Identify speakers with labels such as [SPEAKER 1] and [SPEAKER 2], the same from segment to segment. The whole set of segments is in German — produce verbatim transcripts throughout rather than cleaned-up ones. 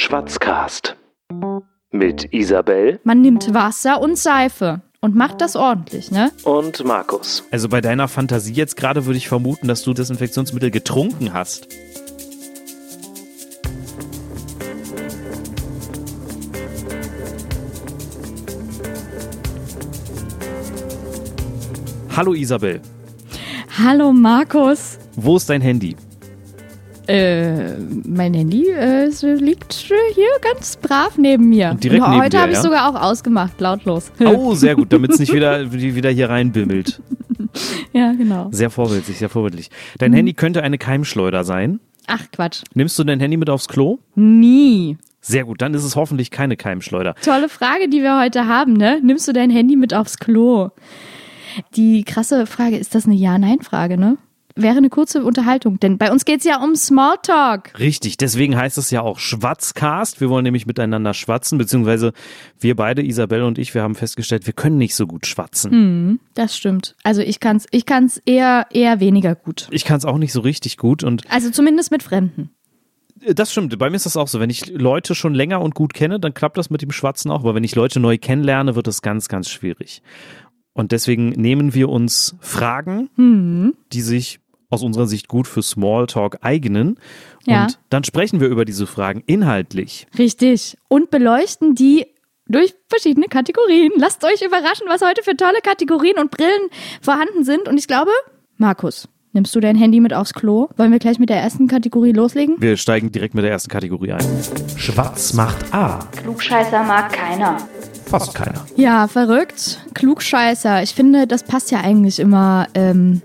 [SPEAKER 1] Schwatzcast mit Isabel.
[SPEAKER 2] Man nimmt Wasser und Seife und macht das ordentlich, ne?
[SPEAKER 1] Und Markus.
[SPEAKER 3] Also bei deiner Fantasie jetzt gerade würde ich vermuten, dass du Desinfektionsmittel getrunken hast. Hallo Isabel.
[SPEAKER 2] Hallo Markus.
[SPEAKER 3] Wo ist dein Handy?
[SPEAKER 2] Äh, mein Handy äh, liegt hier ganz brav neben mir.
[SPEAKER 3] Und direkt
[SPEAKER 2] und
[SPEAKER 3] neben
[SPEAKER 2] heute
[SPEAKER 3] dir,
[SPEAKER 2] habe ich
[SPEAKER 3] ja?
[SPEAKER 2] sogar auch ausgemacht, lautlos.
[SPEAKER 3] Oh, sehr gut, damit es nicht wieder, wieder hier reinbimmelt.
[SPEAKER 2] Ja, genau.
[SPEAKER 3] Sehr vorbildlich, sehr vorbildlich. Dein
[SPEAKER 2] Mhm.
[SPEAKER 3] Handy könnte eine Keimschleuder sein.
[SPEAKER 2] Ach, Quatsch.
[SPEAKER 3] Nimmst du dein Handy mit aufs Klo?
[SPEAKER 2] Nie.
[SPEAKER 3] Sehr gut, dann ist es hoffentlich keine Keimschleuder.
[SPEAKER 2] Tolle Frage, die wir heute haben, ne? Nimmst du dein Handy mit aufs Klo? Die krasse Frage, ist das eine Ja-Nein-Frage, ne? Wäre eine kurze Unterhaltung, denn bei uns geht's ja um Smalltalk.
[SPEAKER 3] Richtig, deswegen heißt es ja auch Schwatzcast. Wir wollen nämlich miteinander schwatzen, beziehungsweise wir beide, Isabel und ich, wir haben festgestellt, wir können nicht so gut schwatzen.
[SPEAKER 2] Hm, das stimmt. Also ich kann's, ich kann's eher, eher weniger gut.
[SPEAKER 3] Ich kann es auch nicht so richtig gut und
[SPEAKER 2] Also zumindest mit Fremden.
[SPEAKER 3] das stimmt, bei mir ist das auch so. Wenn ich Leute schon länger und gut kenne, dann klappt das mit dem Schwatzen auch, aber wenn ich Leute neu kennenlerne, wird es ganz, ganz schwierig. Und deswegen nehmen wir uns Fragen,
[SPEAKER 2] Hm.
[SPEAKER 3] die sich aus unserer Sicht gut für Smalltalk eignen.
[SPEAKER 2] Ja.
[SPEAKER 3] Und dann sprechen wir über diese Fragen inhaltlich.
[SPEAKER 2] Richtig. Und beleuchten die durch verschiedene Kategorien. Lasst euch überraschen, was heute für tolle Kategorien und Brillen vorhanden sind. Und ich glaube, Markus, nimmst du dein Handy mit aufs Klo? Wollen wir gleich mit der ersten Kategorie loslegen?
[SPEAKER 3] Wir steigen direkt mit der ersten Kategorie ein. Schwarz macht A.
[SPEAKER 4] Klugscheißer mag keiner.
[SPEAKER 3] Fast keiner.
[SPEAKER 2] Ja, verrückt. Klugscheißer. Ich finde, das passt ja eigentlich immer ähm,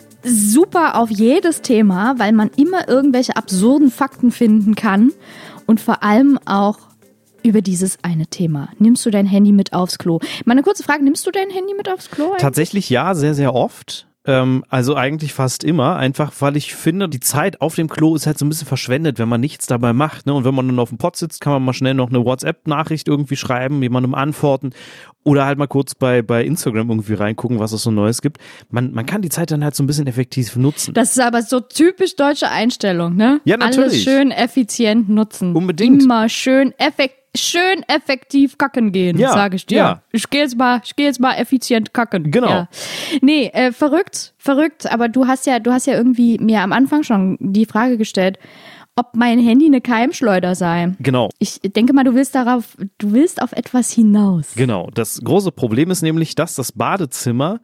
[SPEAKER 2] super auf jedes Thema, weil man immer irgendwelche absurden Fakten finden kann. Und vor allem auch über dieses eine Thema. Nimmst du dein Handy mit aufs Klo? Mal eine kurze Frage, nimmst du dein Handy mit aufs Klo? eigentlich?
[SPEAKER 3] Tatsächlich ja, sehr, sehr oft. Ähm, also eigentlich fast immer, einfach weil ich finde, die Zeit auf dem Klo ist halt so ein bisschen verschwendet, wenn man nichts dabei macht. Ne? Und wenn man dann auf dem Pott sitzt, kann man mal schnell noch eine WhatsApp-Nachricht irgendwie schreiben, jemandem antworten oder halt mal kurz bei, bei Instagram irgendwie reingucken, was es so Neues gibt. Man, man kann die Zeit dann halt so ein bisschen effektiv nutzen.
[SPEAKER 2] Das ist aber so typisch deutsche Einstellung, ne?
[SPEAKER 3] Ja, natürlich.
[SPEAKER 2] Alles schön effizient nutzen.
[SPEAKER 3] Unbedingt.
[SPEAKER 2] Immer schön effektiv. Schön effektiv kacken gehen,
[SPEAKER 3] Ja,
[SPEAKER 2] sage ich dir.
[SPEAKER 3] ja.
[SPEAKER 2] Ich gehe jetzt mal, ich gehe jetzt mal effizient kacken.
[SPEAKER 3] Genau.
[SPEAKER 2] Ja. Nee, äh, verrückt, verrückt. Aber du hast ja, du hast ja irgendwie mir am Anfang schon die Frage gestellt, ob mein Handy eine Keimschleuder sei.
[SPEAKER 3] Genau.
[SPEAKER 2] Ich denke mal, du willst darauf, du willst auf etwas hinaus.
[SPEAKER 3] Genau. Das große Problem ist nämlich, dass das Badezimmer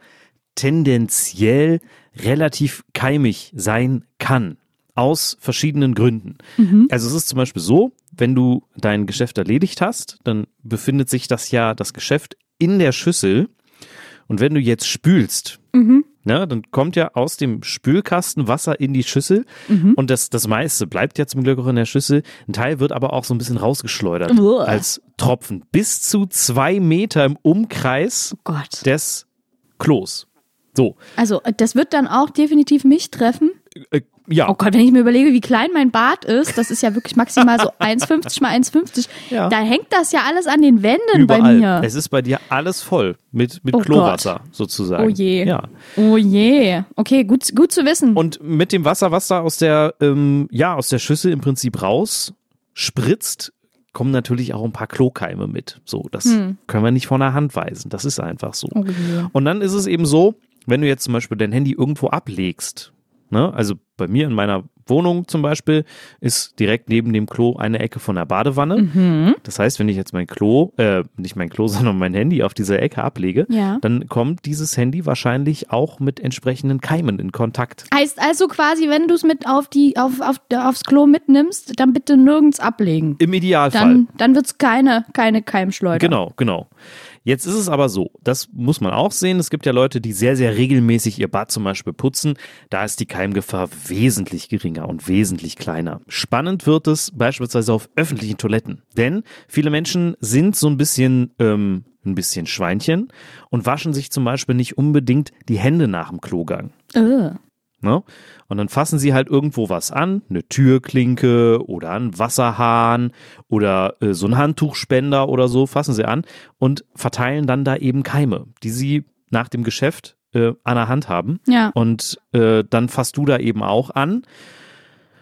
[SPEAKER 3] tendenziell relativ keimig sein kann. Aus verschiedenen Gründen.
[SPEAKER 2] Mhm.
[SPEAKER 3] Also es ist zum Beispiel so, wenn du dein Geschäft erledigt hast, dann befindet sich das ja, das Geschäft in der Schüssel. Und wenn du jetzt spülst,
[SPEAKER 2] Mhm.
[SPEAKER 3] ne, dann kommt ja aus dem Spülkasten Wasser in die Schüssel.
[SPEAKER 2] Mhm.
[SPEAKER 3] Und das, das meiste bleibt ja zum Glück auch in der Schüssel. Ein Teil wird aber auch so ein bisschen rausgeschleudert
[SPEAKER 2] Uah.
[SPEAKER 3] als Tropfen. Bis zu zwei Meter im Umkreis
[SPEAKER 2] Oh Gott.
[SPEAKER 3] des Klos. So,
[SPEAKER 2] Also, das wird dann auch definitiv mich treffen.
[SPEAKER 3] äh, ja.
[SPEAKER 2] Oh Gott, wenn ich mir überlege, wie klein mein Bad ist, das ist ja wirklich maximal so eins fünfzig mal eins fünfzig.
[SPEAKER 3] Ja.
[SPEAKER 2] Da hängt das ja alles an den Wänden
[SPEAKER 3] Überall.
[SPEAKER 2] bei mir.
[SPEAKER 3] Es ist bei dir alles voll mit, mit
[SPEAKER 2] Oh
[SPEAKER 3] Klowasser sozusagen.
[SPEAKER 2] Oh je.
[SPEAKER 3] Ja.
[SPEAKER 2] Oh je. Okay, gut, gut zu wissen.
[SPEAKER 3] Und mit dem Wasser, was da aus der, ähm, ja, aus der Schüssel im Prinzip raus spritzt, kommen natürlich auch ein paar Klokeime mit. So, das
[SPEAKER 2] Hm.
[SPEAKER 3] können wir nicht von der Hand weisen. Das ist einfach so.
[SPEAKER 2] Oh je.
[SPEAKER 3] Und dann ist es eben so, wenn du jetzt zum Beispiel dein Handy irgendwo ablegst, ne, also bei mir in meiner Wohnung zum Beispiel ist direkt neben dem Klo eine Ecke von der Badewanne.
[SPEAKER 2] Mhm.
[SPEAKER 3] Das heißt, wenn ich jetzt mein Klo, äh, nicht mein Klo, sondern mein Handy auf dieser Ecke ablege,
[SPEAKER 2] Ja.
[SPEAKER 3] dann kommt dieses Handy wahrscheinlich auch mit entsprechenden Keimen in Kontakt.
[SPEAKER 2] Heißt also quasi, wenn du es mit auf die, auf, auf, aufs Klo mitnimmst, dann bitte nirgends ablegen.
[SPEAKER 3] Im Idealfall.
[SPEAKER 2] Dann, dann wird's keine, keine Keimschleuder.
[SPEAKER 3] Genau, genau. Jetzt ist es aber so, das muss man auch sehen, es gibt ja Leute, die sehr, sehr regelmäßig ihr Bad zum Beispiel putzen, da ist die Keimgefahr wesentlich geringer und wesentlich kleiner. Spannend wird es beispielsweise auf öffentlichen Toiletten, denn viele Menschen sind so ein bisschen, ähm, ein bisschen Schweinchen und waschen sich zum Beispiel nicht unbedingt die Hände nach dem Klogang.
[SPEAKER 2] Äh.
[SPEAKER 3] Ne? Und dann fassen sie halt irgendwo was an, eine Türklinke oder einen Wasserhahn oder äh, so einen Handtuchspender oder so, fassen sie an und verteilen dann da eben Keime, die sie nach dem Geschäft äh, an der Hand haben.
[SPEAKER 2] Ja.
[SPEAKER 3] Und äh, dann fasst du da eben auch an.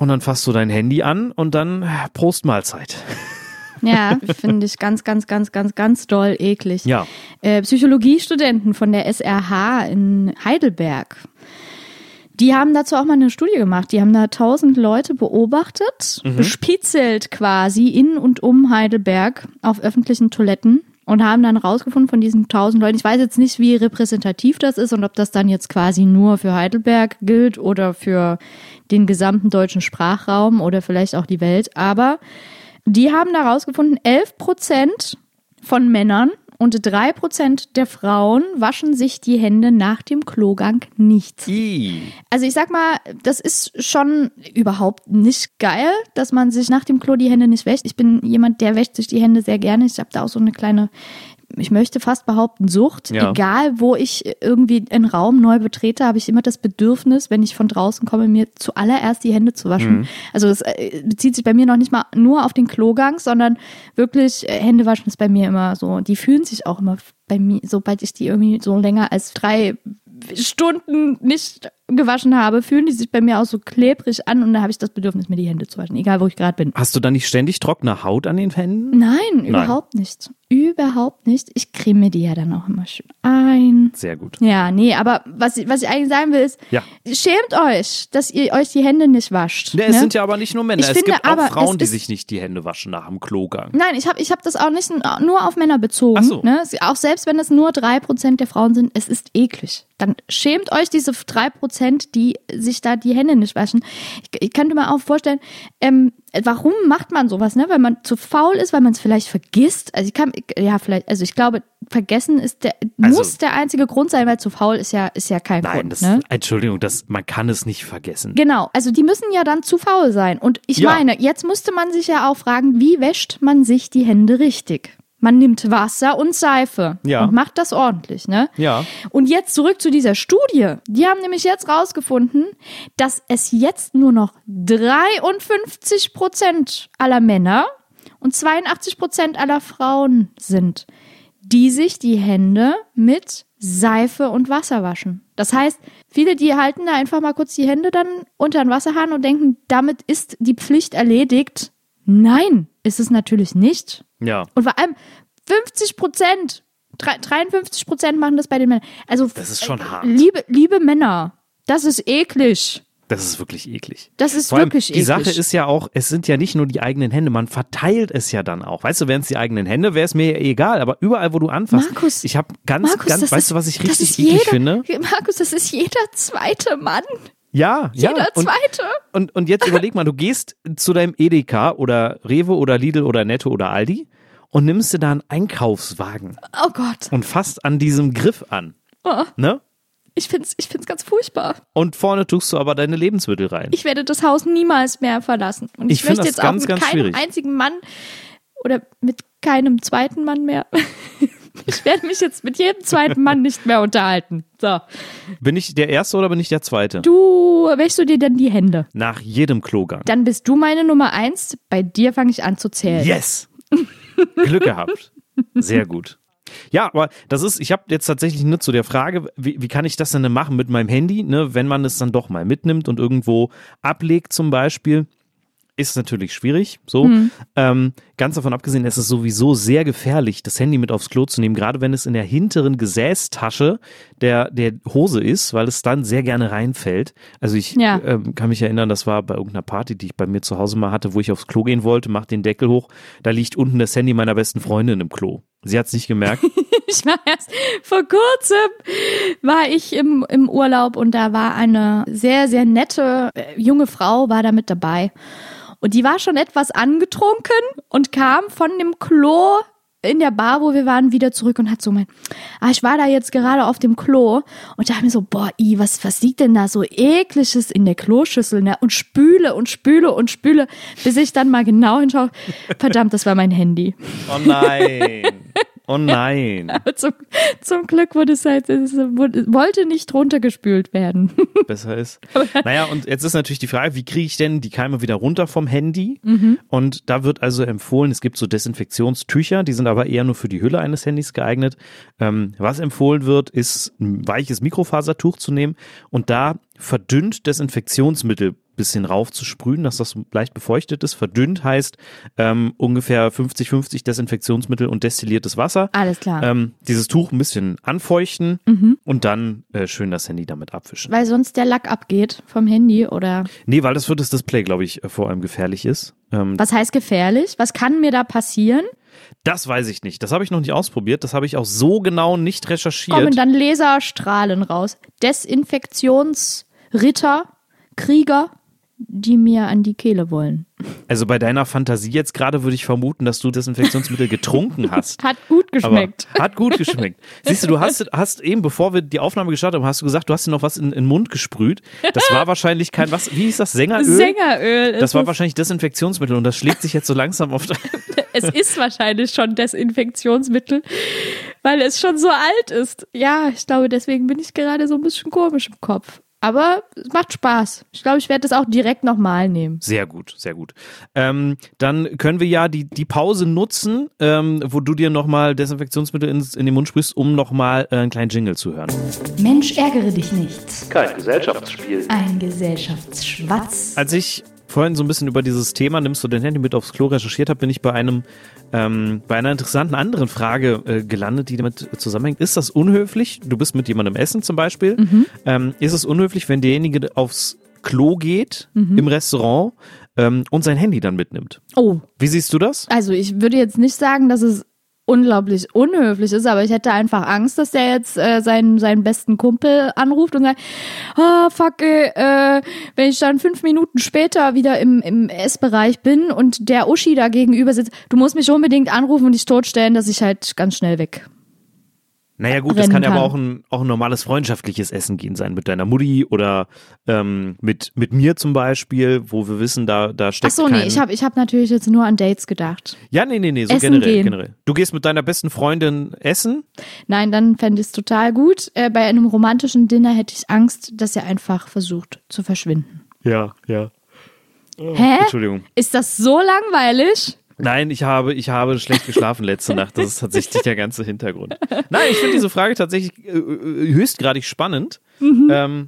[SPEAKER 3] und dann fasst du dein Handy an und dann Prost Mahlzeit.
[SPEAKER 2] Ja, finde ich ganz, ganz, ganz, ganz, ganz doll eklig.
[SPEAKER 3] Ja.
[SPEAKER 2] Äh, Psychologiestudenten von der S R H in Heidelberg, die haben dazu auch mal eine Studie gemacht. Die haben da tausend Leute beobachtet, mhm. bespitzelt quasi in und um Heidelberg auf öffentlichen Toiletten und haben dann rausgefunden von diesen tausend Leuten, ich weiß jetzt nicht, wie repräsentativ das ist und ob das dann jetzt quasi nur für Heidelberg gilt oder für den gesamten deutschen Sprachraum oder vielleicht auch die Welt, aber die haben da rausgefunden, elf Prozent von Männern und drei Prozent der Frauen waschen sich die Hände nach dem Klogang nicht.
[SPEAKER 3] I.
[SPEAKER 2] Also ich sag mal, das ist schon überhaupt nicht geil, dass man sich nach dem Klo die Hände nicht wäscht. Ich bin jemand, der wäscht sich die Hände sehr gerne. Ich habe da auch so eine kleine, ich möchte fast behaupten, Sucht.
[SPEAKER 3] Ja.
[SPEAKER 2] Egal, wo ich irgendwie einen Raum neu betrete, habe ich immer das Bedürfnis, wenn ich von draußen komme, mir zuallererst die Hände zu waschen. Mhm. Also das bezieht sich bei mir noch nicht mal nur auf den Klogang, sondern wirklich Hände waschen ist bei mir immer so. Die fühlen sich auch immer bei mir, sobald ich die irgendwie so länger als drei Stunden nicht gewaschen habe, fühlen die sich bei mir auch so klebrig an und da habe ich das Bedürfnis, mir die Hände zu waschen, egal wo ich gerade bin.
[SPEAKER 3] Hast du da nicht ständig trockene Haut an den Händen?
[SPEAKER 2] Nein,
[SPEAKER 3] Nein,
[SPEAKER 2] überhaupt nicht. Überhaupt nicht. Ich creme die ja dann auch immer schön ein.
[SPEAKER 3] Sehr gut.
[SPEAKER 2] Ja, nee, aber was ich, was ich eigentlich sagen will ist,
[SPEAKER 3] ja.
[SPEAKER 2] schämt euch, dass ihr euch die Hände nicht wascht.
[SPEAKER 3] Ja, es
[SPEAKER 2] ne?
[SPEAKER 3] sind ja aber nicht nur Männer,
[SPEAKER 2] ich
[SPEAKER 3] es
[SPEAKER 2] finde,
[SPEAKER 3] gibt auch
[SPEAKER 2] aber
[SPEAKER 3] Frauen, die
[SPEAKER 2] ist,
[SPEAKER 3] sich nicht die Hände waschen nach dem Klogang.
[SPEAKER 2] Nein, ich habe ich hab das auch nicht nur auf Männer bezogen.
[SPEAKER 3] Ach so.
[SPEAKER 2] Ne? Auch selbst wenn es nur drei Prozent der Frauen sind, es ist eklig. Dann schämt euch diese drei Prozent, die sich da die Hände nicht waschen. Ich, ich könnte mir auch vorstellen, ähm, warum macht man sowas, ne? Weil man zu faul ist, weil man es vielleicht vergisst. Also ich kann, ja vielleicht, also ich glaube, vergessen ist der,
[SPEAKER 3] also,
[SPEAKER 2] muss der einzige Grund sein, weil zu faul ist ja, ist ja kein
[SPEAKER 3] nein,
[SPEAKER 2] Grund.
[SPEAKER 3] das,
[SPEAKER 2] Ne?
[SPEAKER 3] Entschuldigung, das, man kann es nicht vergessen.
[SPEAKER 2] Genau, also die müssen ja dann zu faul sein. Und ich
[SPEAKER 3] ja.
[SPEAKER 2] meine, jetzt müsste man sich ja auch fragen, wie wäscht man sich die Hände richtig? Man nimmt Wasser und Seife
[SPEAKER 3] ja.
[SPEAKER 2] und macht das ordentlich, ne?
[SPEAKER 3] Ja.
[SPEAKER 2] Und jetzt zurück zu dieser Studie. Die haben nämlich jetzt rausgefunden, dass es jetzt nur noch dreiundfünfzig Prozent aller Männer und zweiundachtzig Prozent aller Frauen sind, die sich die Hände mit Seife und Wasser waschen. Das heißt, viele, die halten da einfach mal kurz die Hände dann unter den Wasserhahn und denken, damit ist die Pflicht erledigt. Nein, ist es natürlich nicht.
[SPEAKER 3] Ja.
[SPEAKER 2] Und vor allem fünfzig Prozent, dreiundfünfzig Prozent machen das bei den Männern. Also,
[SPEAKER 3] das ist schon hart.
[SPEAKER 2] Liebe, liebe Männer, das ist eklig.
[SPEAKER 3] Das ist wirklich eklig.
[SPEAKER 2] Das ist
[SPEAKER 3] Vor allem,
[SPEAKER 2] wirklich
[SPEAKER 3] die
[SPEAKER 2] eklig.
[SPEAKER 3] Sache ist ja auch, es sind ja nicht nur die eigenen Hände, man verteilt es ja dann auch. Weißt du, wären es die eigenen Hände, wäre es mir ja egal, aber überall, wo du anfasst.
[SPEAKER 2] Markus,
[SPEAKER 3] ich habe ganz,
[SPEAKER 2] Markus,
[SPEAKER 3] ganz, weißt
[SPEAKER 2] ist,
[SPEAKER 3] du, was ich richtig
[SPEAKER 2] jeder,
[SPEAKER 3] eklig finde?
[SPEAKER 2] Markus, das ist jeder zweite Mann.
[SPEAKER 3] Ja,
[SPEAKER 2] Jeder
[SPEAKER 3] ja. Und,
[SPEAKER 2] zweite.
[SPEAKER 3] Und, und jetzt überleg mal, du gehst zu deinem Edeka oder Rewe oder Lidl oder Netto oder Aldi und nimmst dir da einen Einkaufswagen.
[SPEAKER 2] Oh Gott.
[SPEAKER 3] Und fasst an diesem Griff an.
[SPEAKER 2] Oh.
[SPEAKER 3] Ne?
[SPEAKER 2] Ich find's, ich find's ganz furchtbar.
[SPEAKER 3] Und vorne tust du aber deine Lebensmittel rein.
[SPEAKER 2] Ich werde das Haus niemals mehr verlassen. Und ich,
[SPEAKER 3] ich
[SPEAKER 2] möchte
[SPEAKER 3] das
[SPEAKER 2] jetzt
[SPEAKER 3] ganz,
[SPEAKER 2] auch mit
[SPEAKER 3] ganz
[SPEAKER 2] keinem
[SPEAKER 3] schwierig.
[SPEAKER 2] einzigen Mann oder mit keinem zweiten Mann mehr. Ich werde mich jetzt mit jedem zweiten Mann nicht mehr unterhalten. So.
[SPEAKER 3] Bin ich der Erste oder bin ich der Zweite?
[SPEAKER 2] Du, wäschst du dir denn die Hände?
[SPEAKER 3] Nach jedem Klogang.
[SPEAKER 2] Dann bist du meine Nummer eins. Bei dir fange ich an zu zählen.
[SPEAKER 3] Yes! Glück gehabt. Sehr gut. Ja, aber das ist, ich habe jetzt tatsächlich nur zu der Frage, wie, wie kann ich das denn machen mit meinem Handy, ne, wenn man es dann doch mal mitnimmt und irgendwo ablegt zum Beispiel. Ist natürlich schwierig, so. Mhm. Ähm, ganz davon abgesehen, es ist sowieso sehr gefährlich, das Handy mit aufs Klo zu nehmen, gerade wenn es in der hinteren Gesäßtasche der, der Hose ist, weil es dann sehr gerne reinfällt. Also ich ja. ähm, kann mich erinnern, das war bei irgendeiner Party, die ich bei mir zu Hause mal hatte, wo ich aufs Klo gehen wollte, mach den Deckel hoch, da liegt unten das Handy meiner besten Freundin im Klo. Sie hat es nicht gemerkt.
[SPEAKER 2] Ich war erst vor kurzem, war ich im, im Urlaub und da war eine sehr, sehr nette äh, junge Frau, war da mit dabei. Und die war schon etwas angetrunken und kam von dem Klo in der Bar, wo wir waren, wieder zurück und hat so mein, ah, ich war da jetzt gerade auf dem Klo und dachte mir so, boah, i, was, was liegt denn da so Ekliges in der Kloschüssel, ne? Und spüle und spüle und spüle, bis ich dann mal genau hinschaue. Verdammt, das war mein Handy.
[SPEAKER 3] Oh nein. Oh nein.
[SPEAKER 2] Aber zum, zum Glück wurde es halt, es wollte nicht runtergespült werden.
[SPEAKER 3] Besser ist. Naja, und jetzt ist natürlich die Frage, wie kriege ich denn die Keime wieder runter vom Handy? Mhm. Und da wird also empfohlen, es gibt so Desinfektionstücher, die sind aber eher nur für die Hülle eines Handys geeignet. Ähm, was empfohlen wird, ist ein weiches Mikrofasertuch zu nehmen und da verdünnt Desinfektionsmittel bisschen raufzusprühen, dass das leicht befeuchtet ist. Verdünnt heißt ähm, ungefähr fünfzig fünfzig Desinfektionsmittel und destilliertes Wasser.
[SPEAKER 2] Alles klar.
[SPEAKER 3] Ähm, dieses Tuch ein bisschen anfeuchten
[SPEAKER 2] Mhm.
[SPEAKER 3] und dann äh, schön das Handy damit abwischen.
[SPEAKER 2] Weil sonst der Lack abgeht vom Handy oder
[SPEAKER 3] Nee, weil das für das Display, glaube ich, vor allem gefährlich ist. Ähm,
[SPEAKER 2] was heißt gefährlich? Was kann mir da passieren?
[SPEAKER 3] das weiß ich nicht. Das habe ich noch nicht ausprobiert. Das habe ich auch so genau nicht recherchiert.
[SPEAKER 2] Kommen dann Laserstrahlen raus. Desinfektionsritter, Krieger, die mir an die Kehle wollen.
[SPEAKER 3] Also bei deiner Fantasie jetzt gerade würde ich vermuten, dass du Desinfektionsmittel getrunken hast.
[SPEAKER 2] Hat gut geschmeckt.
[SPEAKER 3] Aber hat gut geschmeckt. Siehst du, du hast, hast eben, bevor wir die Aufnahme gestartet haben, hast du gesagt, du hast dir noch was in, in den Mund gesprüht. Das war wahrscheinlich kein, was, wie hieß das, Sängeröl?
[SPEAKER 2] Sängeröl.
[SPEAKER 3] Das
[SPEAKER 2] ist
[SPEAKER 3] war
[SPEAKER 2] es.
[SPEAKER 3] wahrscheinlich Desinfektionsmittel und das schlägt sich jetzt so langsam auf.
[SPEAKER 2] Es ist wahrscheinlich schon Desinfektionsmittel, weil es schon so alt ist. Ja, ich glaube, deswegen bin ich gerade so ein bisschen komisch im Kopf. Aber es macht Spaß. Ich glaube, ich werde das auch direkt nochmal nehmen.
[SPEAKER 3] Sehr gut, sehr gut. Ähm, dann können wir ja die, die Pause nutzen, ähm, wo du dir nochmal Desinfektionsmittel ins, in den Mund sprühst, um nochmal äh, einen kleinen Jingle zu hören.
[SPEAKER 4] Mensch, ärgere dich nicht.
[SPEAKER 1] Kein Gesellschaftsspiel.
[SPEAKER 4] Ein Gesellschaftsschwatz.
[SPEAKER 3] Als ich vorhin so ein bisschen über dieses Thema, nimmst du dein Handy mit aufs Klo, recherchiert habe, bin ich bei einem ähm, bei einer interessanten anderen Frage äh, gelandet, die damit zusammenhängt. Ist das unhöflich? Du bist mit jemandem essen zum Beispiel.
[SPEAKER 2] Mhm.
[SPEAKER 3] Ähm, ist es unhöflich, wenn derjenige aufs Klo geht
[SPEAKER 2] Mhm.
[SPEAKER 3] im Restaurant ähm, und sein Handy dann mitnimmt?
[SPEAKER 2] Oh,
[SPEAKER 3] Wie siehst du das?
[SPEAKER 2] also ich würde jetzt nicht sagen, dass es unglaublich unhöflich ist, aber ich hätte einfach Angst, dass der jetzt äh, seinen, seinen besten Kumpel anruft und sagt, oh fuck, ey, äh, wenn ich dann fünf Minuten später wieder im, im Essbereich bin und der Uschi da gegenüber sitzt, du musst mich unbedingt anrufen und dich totstellen, dass ich halt ganz schnell weg.
[SPEAKER 3] Naja gut, das
[SPEAKER 2] rennen
[SPEAKER 3] kann ja aber
[SPEAKER 2] kann.
[SPEAKER 3] auch ein, auch ein normales freundschaftliches Essen gehen sein mit deiner Mutti oder ähm, mit, mit mir zum Beispiel, wo wir wissen, da, da
[SPEAKER 2] Ach
[SPEAKER 3] steckt
[SPEAKER 2] so,
[SPEAKER 3] kein...
[SPEAKER 2] nee, ich habe ich hab natürlich jetzt nur an Dates gedacht.
[SPEAKER 3] Ja, nee, nee, nee, so
[SPEAKER 2] Essen
[SPEAKER 3] generell,
[SPEAKER 2] gehen.
[SPEAKER 3] generell. Du gehst mit deiner besten Freundin essen?
[SPEAKER 2] Nein, dann fände ich es total gut. Äh, bei einem romantischen Dinner hätte ich Angst, dass er einfach versucht zu verschwinden.
[SPEAKER 3] Ja, ja.
[SPEAKER 2] Hä?
[SPEAKER 3] Entschuldigung.
[SPEAKER 2] Ist das so langweilig?
[SPEAKER 3] Nein, ich habe, ich habe schlecht geschlafen letzte Nacht. Das ist tatsächlich der ganze Hintergrund. Nein, ich finde diese Frage tatsächlich äh, äh, höchstgradig spannend.
[SPEAKER 2] Mhm.
[SPEAKER 3] Ähm,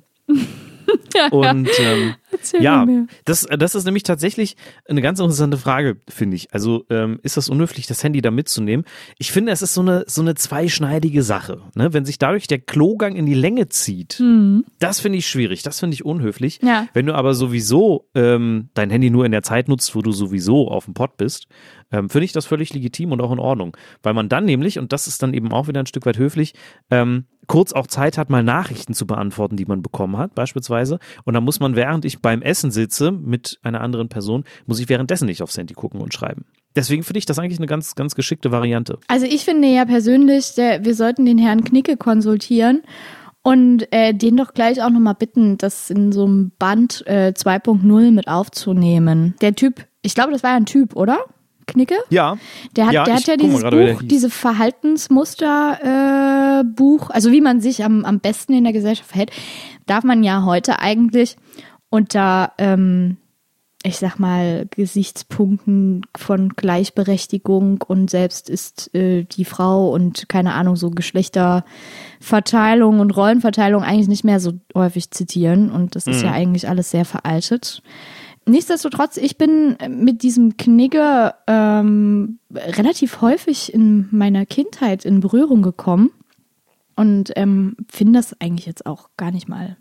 [SPEAKER 3] und ähm,
[SPEAKER 2] Erzähl
[SPEAKER 3] ja,
[SPEAKER 2] mir mehr.
[SPEAKER 3] das, das ist nämlich tatsächlich eine ganz interessante Frage, finde ich. Also ähm, ist das unhöflich, das Handy da mitzunehmen? Ich finde, es ist so eine, so eine zweischneidige Sache. Ne? Wenn sich dadurch der Klogang in die Länge zieht, das finde ich schwierig, das finde ich unhöflich.
[SPEAKER 2] Ja.
[SPEAKER 3] Wenn du aber sowieso ähm, dein Handy nur in der Zeit nutzt, wo du sowieso auf dem Pott bist, ähm, finde ich das völlig legitim und auch in Ordnung. Weil man dann nämlich, und das ist dann eben auch wieder ein Stück weit höflich, ähm, kurz auch Zeit hat, mal Nachrichten zu beantworten, die man bekommen hat, beispielsweise. Und dann muss man, während ich beim Essen sitze mit einer anderen Person, muss ich währenddessen nicht aufs Handy gucken und schreiben. Deswegen finde ich das eigentlich eine ganz, ganz geschickte Variante.
[SPEAKER 2] Also ich finde ja persönlich, der, wir sollten den Herrn Knicke konsultieren und äh, den doch gleich auch nochmal bitten, das in so einem Band äh, zwei Punkt null mit aufzunehmen. Der Typ, ich glaube, das war ja ein Typ, oder? Knicke?
[SPEAKER 3] Ja.
[SPEAKER 2] Der hat
[SPEAKER 3] Ja,
[SPEAKER 2] der
[SPEAKER 3] ich
[SPEAKER 2] hat ja
[SPEAKER 3] guck mal
[SPEAKER 2] dieses
[SPEAKER 3] gerade, wie der
[SPEAKER 2] Buch,
[SPEAKER 3] hieß.
[SPEAKER 2] diese Verhaltensmuster äh, Buch, also wie man sich am, am besten in der Gesellschaft verhält, darf man ja heute eigentlich unter, ähm, ich sag mal, Gesichtspunkten von Gleichberechtigung und selbst ist äh, die Frau und keine Ahnung, so Geschlechterverteilung und Rollenverteilung eigentlich nicht mehr so häufig zitieren und das ist
[SPEAKER 3] Mhm.
[SPEAKER 2] ja eigentlich alles sehr veraltet. Nichtsdestotrotz, ich bin mit diesem Knigge ähm, relativ häufig in meiner Kindheit in Berührung gekommen und ähm, finde das eigentlich jetzt auch gar nicht mal.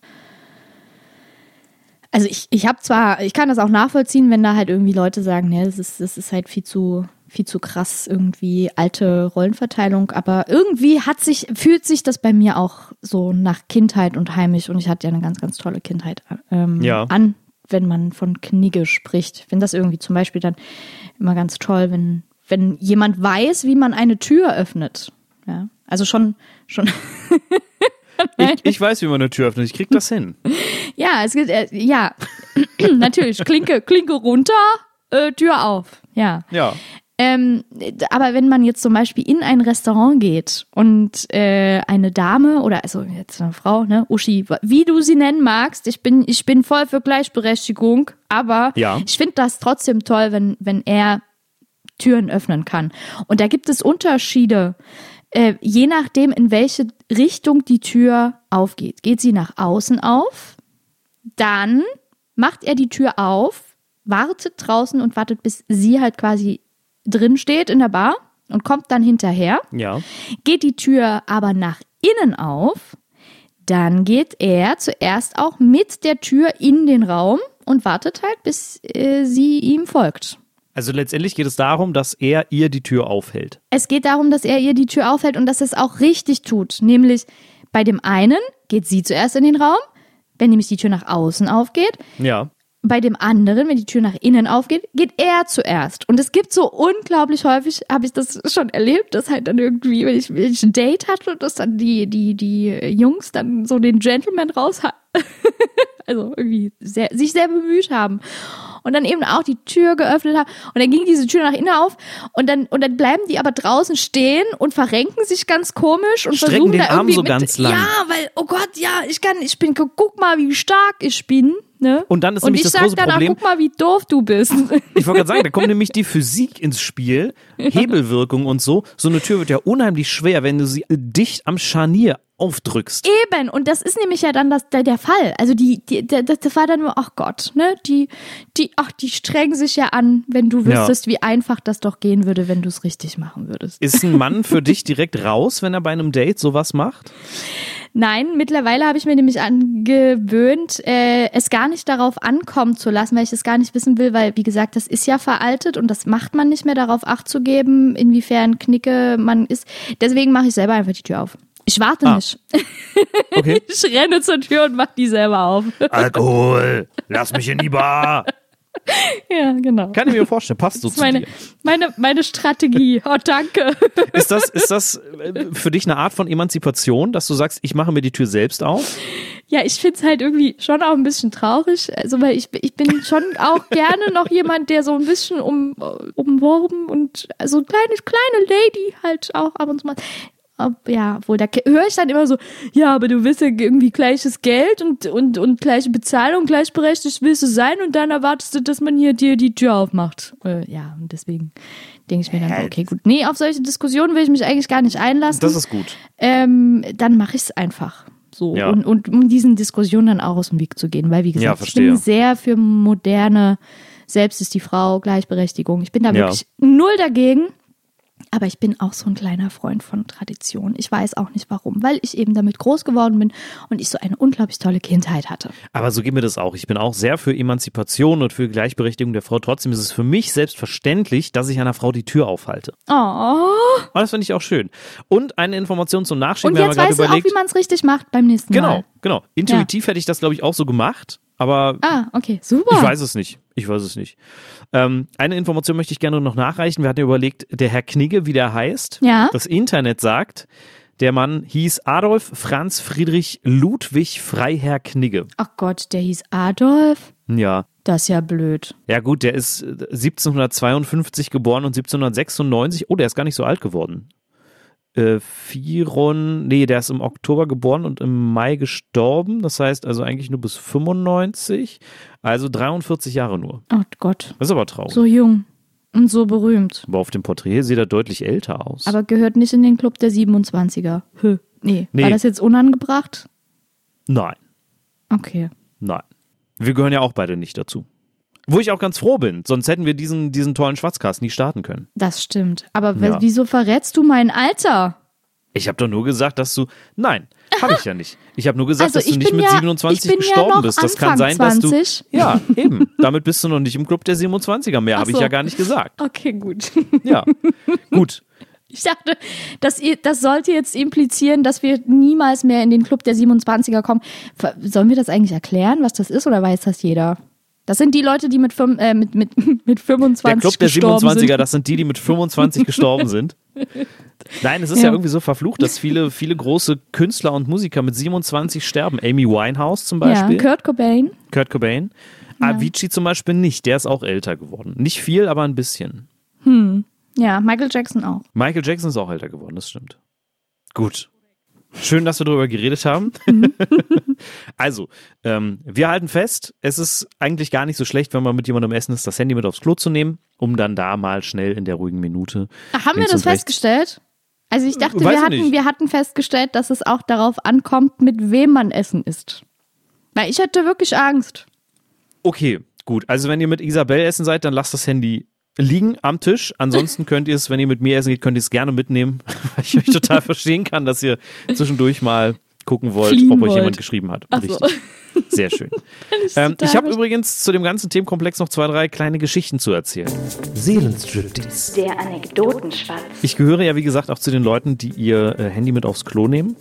[SPEAKER 2] Also ich, ich habe zwar, ich kann das auch nachvollziehen, wenn da halt irgendwie Leute sagen, ne, das ist, das ist halt viel zu, viel zu krass, irgendwie alte Rollenverteilung, aber irgendwie hat sich, fühlt sich das bei mir auch so nach Kindheit und heimisch und ich hatte ja eine ganz, ganz tolle Kindheit ähm,
[SPEAKER 3] Ja.
[SPEAKER 2] an, wenn man von Knigge spricht. Ich finde das irgendwie zum Beispiel dann immer ganz toll, wenn, wenn jemand weiß, wie man eine Tür öffnet. Ja, also schon, schon.
[SPEAKER 3] Ich, ich weiß, wie man eine Tür öffnet. Ich krieg das hin.
[SPEAKER 2] Ja, es gibt, äh, ja, natürlich, Klinke, Klinke runter, äh, Tür auf, ja.
[SPEAKER 3] Ja.
[SPEAKER 2] Ähm, aber wenn man jetzt zum Beispiel in ein Restaurant geht und äh, eine Dame oder also jetzt eine Frau, ne, Uschi, wie du sie nennen magst, ich bin, ich bin voll für Gleichberechtigung, aber
[SPEAKER 3] Ja.
[SPEAKER 2] ich finde das trotzdem toll, wenn, wenn er Türen öffnen kann. Und da gibt es Unterschiede, äh, je nachdem, in welche Richtung die Tür aufgeht. Geht sie nach außen auf, dann macht er die Tür auf, wartet draußen und wartet, bis sie halt quasi drin steht in der Bar und kommt dann hinterher.
[SPEAKER 3] Ja.
[SPEAKER 2] Geht die Tür aber nach innen auf, dann geht er zuerst auch mit der Tür in den Raum und wartet halt, bis äh, sie ihm folgt.
[SPEAKER 3] Also letztendlich geht es darum, dass er ihr die Tür aufhält.
[SPEAKER 2] Es geht darum, dass er ihr die Tür aufhält und dass er es auch richtig tut. Nämlich bei dem einen geht sie zuerst in den Raum, wenn nämlich die Tür nach außen aufgeht.
[SPEAKER 3] Ja.
[SPEAKER 2] Bei dem anderen, wenn die Tür nach innen aufgeht, geht er zuerst. Und es gibt so unglaublich häufig, habe ich das schon erlebt, dass halt dann irgendwie, wenn ich, wenn ich ein Date hatte, dass dann die, die, die Jungs dann so den Gentleman raus also irgendwie sehr, sich sehr bemüht haben. Und dann eben auch die Tür geöffnet haben. Und dann ging diese Tür nach innen auf. Und dann, und dann bleiben die aber draußen stehen und verrenken sich ganz komisch und
[SPEAKER 3] Strecken
[SPEAKER 2] versuchen
[SPEAKER 3] den
[SPEAKER 2] da
[SPEAKER 3] Arm
[SPEAKER 2] irgendwie
[SPEAKER 3] so
[SPEAKER 2] mit,
[SPEAKER 3] ganz lang.
[SPEAKER 2] Ja, weil, oh Gott, ja, ich kann, ich bin, guck mal, wie stark ich bin. Ne?
[SPEAKER 3] Und dann ist
[SPEAKER 2] und
[SPEAKER 3] nämlich
[SPEAKER 2] ich
[SPEAKER 3] das
[SPEAKER 2] sag
[SPEAKER 3] große
[SPEAKER 2] dann,
[SPEAKER 3] Problem.
[SPEAKER 2] Auch, guck mal, wie doof du bist.
[SPEAKER 3] Ich wollte gerade sagen, da kommt nämlich die Physik ins Spiel, Hebelwirkung und so. So eine Tür wird ja unheimlich schwer, wenn du sie dicht am Scharnier aufdrückst.
[SPEAKER 2] Eben, und das ist nämlich ja dann das, der, der Fall. Also die, die, der, das war dann nur, ach Gott, ne, die, die, ach, die strengen sich ja an, wenn du wüsstest, ja. wie einfach das doch gehen würde, wenn du es richtig machen würdest.
[SPEAKER 3] Ist ein Mann für dich direkt raus, wenn er bei einem Date sowas macht?
[SPEAKER 2] Nein, mittlerweile habe ich mir nämlich angewöhnt, äh, es gar nicht darauf ankommen zu lassen, weil ich es gar nicht wissen will, weil, wie gesagt, das ist ja veraltet und das macht man nicht mehr, darauf Acht zu geben, inwiefern Knicke man ist. Deswegen mache ich selber einfach die Tür auf. Ich warte
[SPEAKER 3] ah.
[SPEAKER 2] nicht.
[SPEAKER 3] Okay.
[SPEAKER 2] Ich renne zur Tür und mache die selber auf.
[SPEAKER 3] Alkohol, lass mich in die Bar.
[SPEAKER 2] Ja, genau.
[SPEAKER 3] Kann ich mir vorstellen, passt so
[SPEAKER 2] das ist
[SPEAKER 3] zu
[SPEAKER 2] meine,
[SPEAKER 3] dir.
[SPEAKER 2] Meine, meine Strategie. Oh, danke.
[SPEAKER 3] Ist das, ist das für dich eine Art von Emanzipation, dass du sagst, ich mache mir die Tür selbst auf?
[SPEAKER 2] Ja, ich finde es halt irgendwie schon auch ein bisschen traurig. Also, weil ich, ich bin schon auch gerne noch jemand, der so ein bisschen um, umworben und so also kleine, kleine Lady halt auch ab und zu mal. Ja, wohl, da höre ich dann immer so, ja, aber du willst ja irgendwie gleiches Geld und, und, und gleiche Bezahlung, gleichberechtigt willst du sein und dann erwartest du, dass man hier dir die Tür aufmacht. Äh, ja, und deswegen denke ich mir dann, okay, gut. Nee, auf solche Diskussionen will ich mich eigentlich gar nicht einlassen.
[SPEAKER 3] Das ist gut.
[SPEAKER 2] Ähm, dann mache ich es einfach. So.
[SPEAKER 3] Ja.
[SPEAKER 2] Und, und um diesen Diskussionen dann auch aus dem Weg zu gehen, weil, wie gesagt,
[SPEAKER 3] ja,
[SPEAKER 2] ich bin sehr für moderne, selbst ist die Frau, Gleichberechtigung. Ich bin da
[SPEAKER 3] ja.
[SPEAKER 2] wirklich null dagegen. Aber ich bin auch so ein kleiner Freund von Tradition. Ich weiß auch nicht warum, weil ich eben damit groß geworden bin und ich so eine unglaublich tolle Kindheit hatte.
[SPEAKER 3] Aber so geht mir das auch. Ich bin auch sehr für Emanzipation und für Gleichberechtigung der Frau. Trotzdem ist es für mich selbstverständlich, dass ich einer Frau die Tür aufhalte.
[SPEAKER 2] Oh.
[SPEAKER 3] Und das finde ich auch schön. Und eine Information zum Nachschieben.
[SPEAKER 2] Und jetzt weißt du auch, wie man es richtig macht beim nächsten
[SPEAKER 3] genau,
[SPEAKER 2] Mal.
[SPEAKER 3] Genau, genau. Intuitiv ja. hätte ich das, glaube ich, auch so gemacht. Aber
[SPEAKER 2] ah, okay, super.
[SPEAKER 3] Ich weiß es nicht. Ich weiß es nicht. Ähm, eine Information möchte ich gerne noch nachreichen. Wir hatten ja überlegt, der Herr Knigge, wie der heißt.
[SPEAKER 2] Ja.
[SPEAKER 3] Das Internet sagt, der Mann hieß Adolf Franz Friedrich Ludwig Freiherr Knigge.
[SPEAKER 2] Ach Gott, der hieß Adolf?
[SPEAKER 3] Ja.
[SPEAKER 2] Das ist ja blöd.
[SPEAKER 3] Ja gut, der ist siebzehnhundertzweiundfünfzig geboren und siebzehnhundertsechsundneunzig. Oh, der ist gar nicht so alt geworden. Äh, Viron, nee, der ist im Oktober geboren und im Mai gestorben. Das heißt also eigentlich nur bis fünfundneunzig. Also dreiundvierzig Jahre nur.
[SPEAKER 2] Oh Gott.
[SPEAKER 3] Das ist aber traurig.
[SPEAKER 2] So jung und so berühmt.
[SPEAKER 3] Aber auf dem Porträt sieht er deutlich älter aus.
[SPEAKER 2] Aber gehört nicht in den Club der siebenundzwanziger. Hö. Nee.
[SPEAKER 3] nee.
[SPEAKER 2] War das jetzt unangebracht?
[SPEAKER 3] Nein.
[SPEAKER 2] Okay.
[SPEAKER 3] Nein. Wir gehören ja auch beide nicht dazu. Wo ich auch ganz froh bin, sonst hätten wir diesen, diesen tollen Schwarzcast nie starten können.
[SPEAKER 2] Das stimmt. Aber
[SPEAKER 3] Ja.
[SPEAKER 2] wieso verrätst du mein Alter?
[SPEAKER 3] Ich habe doch nur gesagt, dass du... Nein, habe ich ja nicht. Ich habe nur gesagt,
[SPEAKER 2] Also
[SPEAKER 3] dass du
[SPEAKER 2] ich
[SPEAKER 3] nicht
[SPEAKER 2] bin
[SPEAKER 3] mit
[SPEAKER 2] ja-
[SPEAKER 3] siebenundzwanzig
[SPEAKER 2] ich bin ja
[SPEAKER 3] gestorben
[SPEAKER 2] noch
[SPEAKER 3] bist. Das kann
[SPEAKER 2] Anfang
[SPEAKER 3] sein, dass du...
[SPEAKER 2] zwanzig.
[SPEAKER 3] Ja, eben. Damit bist du noch nicht im Club der siebenundzwanziger mehr,
[SPEAKER 2] Ach
[SPEAKER 3] habe ich
[SPEAKER 2] so.
[SPEAKER 3] ja gar nicht gesagt.
[SPEAKER 2] Okay, gut.
[SPEAKER 3] Ja, gut.
[SPEAKER 2] Ich dachte, das, das sollte jetzt implizieren, dass wir niemals mehr in den Club der siebenundzwanziger kommen. Ver- Sollen wir das eigentlich erklären, was das ist, oder weiß das jeder? Das sind die Leute, die mit, fünf, äh, mit, mit, mit fünfundzwanzig
[SPEAKER 3] Der Club der
[SPEAKER 2] gestorben
[SPEAKER 3] siebenundzwanziger,
[SPEAKER 2] sind.
[SPEAKER 3] das sind die, die mit fünfundzwanzig gestorben sind. Nein, es ist ja.
[SPEAKER 2] Ja.
[SPEAKER 3] irgendwie so verflucht, dass viele, viele große Künstler und Musiker mit siebenundzwanzig sterben. Amy Winehouse zum Beispiel.
[SPEAKER 2] Ja, Kurt Cobain.
[SPEAKER 3] Kurt Cobain.
[SPEAKER 2] Ja.
[SPEAKER 3] Avicii zum Beispiel nicht, der ist auch älter geworden. Nicht viel, aber ein bisschen.
[SPEAKER 2] Hm. Ja, Michael Jackson auch.
[SPEAKER 3] Michael Jackson ist auch älter geworden, das stimmt. Gut. Schön, dass wir darüber geredet haben. Also, ähm, wir halten fest, es ist eigentlich gar nicht so schlecht, wenn man mit jemandem essen ist, das Handy mit aufs Klo zu nehmen, um dann da mal schnell in der ruhigen Minute.
[SPEAKER 2] Ach, haben wir
[SPEAKER 3] links
[SPEAKER 2] das
[SPEAKER 3] und rechts-
[SPEAKER 2] festgestellt? Also ich dachte,
[SPEAKER 3] Weiß
[SPEAKER 2] wir
[SPEAKER 3] ich
[SPEAKER 2] hatten,
[SPEAKER 3] nicht.
[SPEAKER 2] wir hatten festgestellt, dass es auch darauf ankommt, mit wem man essen isst. Weil ich hatte wirklich Angst.
[SPEAKER 3] Okay, gut. Also wenn ihr mit Isabel essen seid, dann lasst das Handy liegen am Tisch. Ansonsten könnt ihr es, wenn ihr mit mir essen geht, könnt ihr es gerne mitnehmen, weil ich euch total verstehen kann, dass ihr zwischendurch mal gucken wollt,
[SPEAKER 2] Fliehen
[SPEAKER 3] ob euch
[SPEAKER 2] wollt.
[SPEAKER 3] jemand geschrieben hat.
[SPEAKER 2] Ach so.
[SPEAKER 3] Richtig. Sehr schön.
[SPEAKER 2] Ich,
[SPEAKER 3] ähm,
[SPEAKER 2] total
[SPEAKER 3] ich habe
[SPEAKER 2] verstehen.
[SPEAKER 3] übrigens zu dem ganzen Themenkomplex noch zwei, drei kleine Geschichten zu erzählen.
[SPEAKER 1] Seelenstriptease.
[SPEAKER 4] Der Anekdotenschwatz.
[SPEAKER 3] Ich gehöre ja, wie gesagt, auch zu den Leuten, die ihr äh, Handy mit aufs Klo nehmen.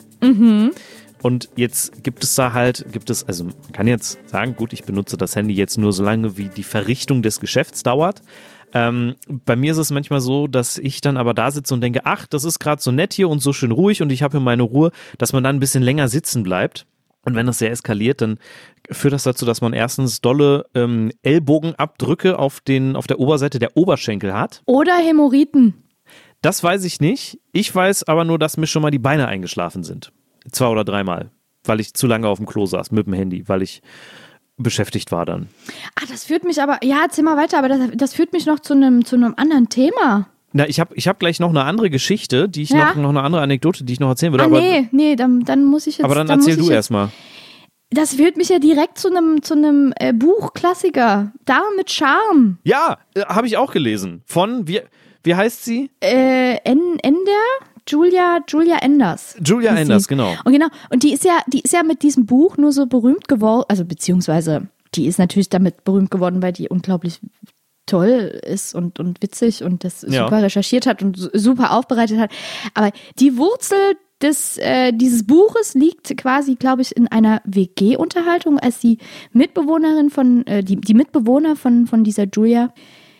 [SPEAKER 3] Und jetzt gibt es da halt, gibt es, also man kann jetzt sagen, gut, ich benutze das Handy jetzt nur so lange, wie die Verrichtung des Geschäfts dauert. Ähm, bei mir ist es manchmal so, dass ich dann aber da sitze und denke, ach, das ist gerade so nett hier und so schön ruhig und ich habe hier meine Ruhe, dass man dann ein bisschen länger sitzen bleibt. Und wenn das sehr eskaliert, dann führt das dazu, dass man erstens dolle ähm, Ellbogenabdrücke auf, den, auf der Oberseite der Oberschenkel hat.
[SPEAKER 2] Oder Hämorrhoiden.
[SPEAKER 3] Das weiß ich nicht. Ich weiß aber nur, dass mir schon mal die Beine eingeschlafen sind. Zwei oder dreimal, weil ich zu lange auf dem Klo saß mit dem Handy, weil ich beschäftigt war dann.
[SPEAKER 2] Ah, das führt mich aber, ja, erzähl mal weiter, aber das, das führt mich noch zu einem zu einem anderen Thema.
[SPEAKER 3] Na, ich habe ich hab gleich noch eine andere Geschichte, die ich
[SPEAKER 2] Ja?
[SPEAKER 3] noch, noch eine andere Anekdote, die ich noch erzählen würde.
[SPEAKER 2] Ah,
[SPEAKER 3] aber,
[SPEAKER 2] nee, nee, dann, dann muss ich jetzt.
[SPEAKER 3] aber dann
[SPEAKER 2] dann
[SPEAKER 3] erzähl
[SPEAKER 2] muss
[SPEAKER 3] du
[SPEAKER 2] ich jetzt,
[SPEAKER 3] erstmal.
[SPEAKER 2] Das führt mich ja direkt zu einem zu einem äh, Buchklassiker. Dame mit Charme.
[SPEAKER 3] Ja, äh, habe ich auch gelesen. Von, wie, wie heißt sie?
[SPEAKER 2] Äh, En- Ender? Julia, Julia Enders.
[SPEAKER 3] Julia
[SPEAKER 2] hieß sie.
[SPEAKER 3] Enders, genau.
[SPEAKER 2] Und genau, und die ist ja, die ist ja mit diesem Buch nur so berühmt geworden, also beziehungsweise die ist natürlich damit berühmt geworden, weil die unglaublich toll ist und, und witzig und das
[SPEAKER 3] Ja.
[SPEAKER 2] super recherchiert hat und su- super aufbereitet hat. Aber die Wurzel des, äh, dieses Buches liegt quasi, glaube ich, in einer W G-Unterhaltung, als die Mitbewohnerin von, äh, die, die Mitbewohner von, von dieser Julia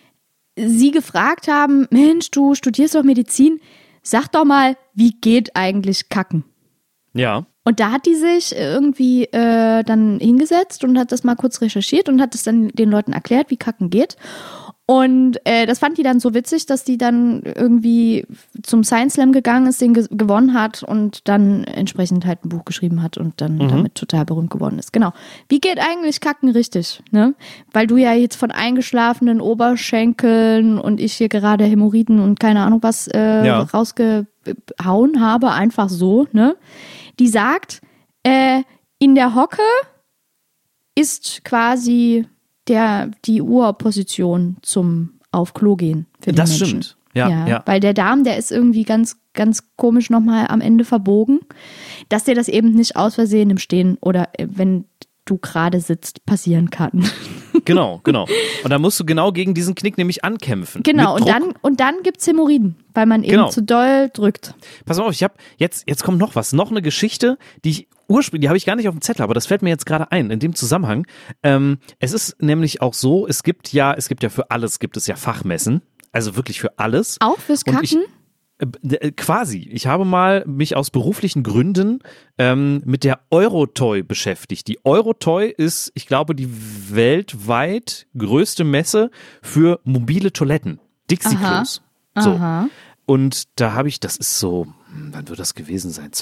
[SPEAKER 2] sie gefragt haben, Mensch, du studierst doch Medizin, sag doch mal, wie geht eigentlich Kacken?
[SPEAKER 3] Ja.
[SPEAKER 2] Und da hat die sich irgendwie äh, dann hingesetzt und hat das mal kurz recherchiert und hat es dann den Leuten erklärt, wie Kacken geht. Und äh, das fand die dann so witzig, dass die dann irgendwie zum Science Slam gegangen ist, den ge- gewonnen hat und dann entsprechend halt ein Buch geschrieben hat und dann
[SPEAKER 3] Mhm.
[SPEAKER 2] damit total berühmt geworden ist. Genau. Wie geht eigentlich Kacken richtig? Ne? Weil du ja jetzt von eingeschlafenen Oberschenkeln und ich hier gerade Hämorrhoiden und keine Ahnung was äh,
[SPEAKER 3] Ja.
[SPEAKER 2] rausgehauen habe, einfach so, ne? Die sagt, äh, in der Hocke ist quasi der, die Urposition zum auf Klo gehen für den
[SPEAKER 3] Das
[SPEAKER 2] Menschen.
[SPEAKER 3] stimmt. Ja, ja.
[SPEAKER 2] Weil der Darm, der ist irgendwie ganz, ganz komisch nochmal am Ende verbogen, dass dir das eben nicht aus Versehen im Stehen oder äh, wenn du gerade sitzt, passieren kann.
[SPEAKER 3] Genau, genau. Und da musst du genau gegen diesen Knick nämlich ankämpfen.
[SPEAKER 2] Genau,
[SPEAKER 3] Mit
[SPEAKER 2] und
[SPEAKER 3] Druck.
[SPEAKER 2] dann, und dann gibt's Hämorrhoiden, weil man eben
[SPEAKER 3] Genau.
[SPEAKER 2] zu doll drückt.
[SPEAKER 3] Pass auf, ich habe jetzt jetzt kommt noch was, noch eine Geschichte, die ich ursprünglich, die habe ich gar nicht auf dem Zettel, aber das fällt mir jetzt gerade ein in dem Zusammenhang. Ähm, es ist nämlich auch so, es gibt ja, es gibt ja für alles gibt es ja Fachmessen, also wirklich für alles.
[SPEAKER 2] Auch fürs
[SPEAKER 3] Und ich-
[SPEAKER 2] Kacken?
[SPEAKER 3] Äh, äh, Quasi. Ich habe mal mich aus beruflichen Gründen ähm, mit der Eurotoy beschäftigt. Die Eurotoy ist, ich glaube, die weltweit größte Messe für mobile Toiletten. Dixie-Klos. So.
[SPEAKER 2] Aha.
[SPEAKER 3] Und da habe ich, das ist so, hm, wann wird das gewesen sein?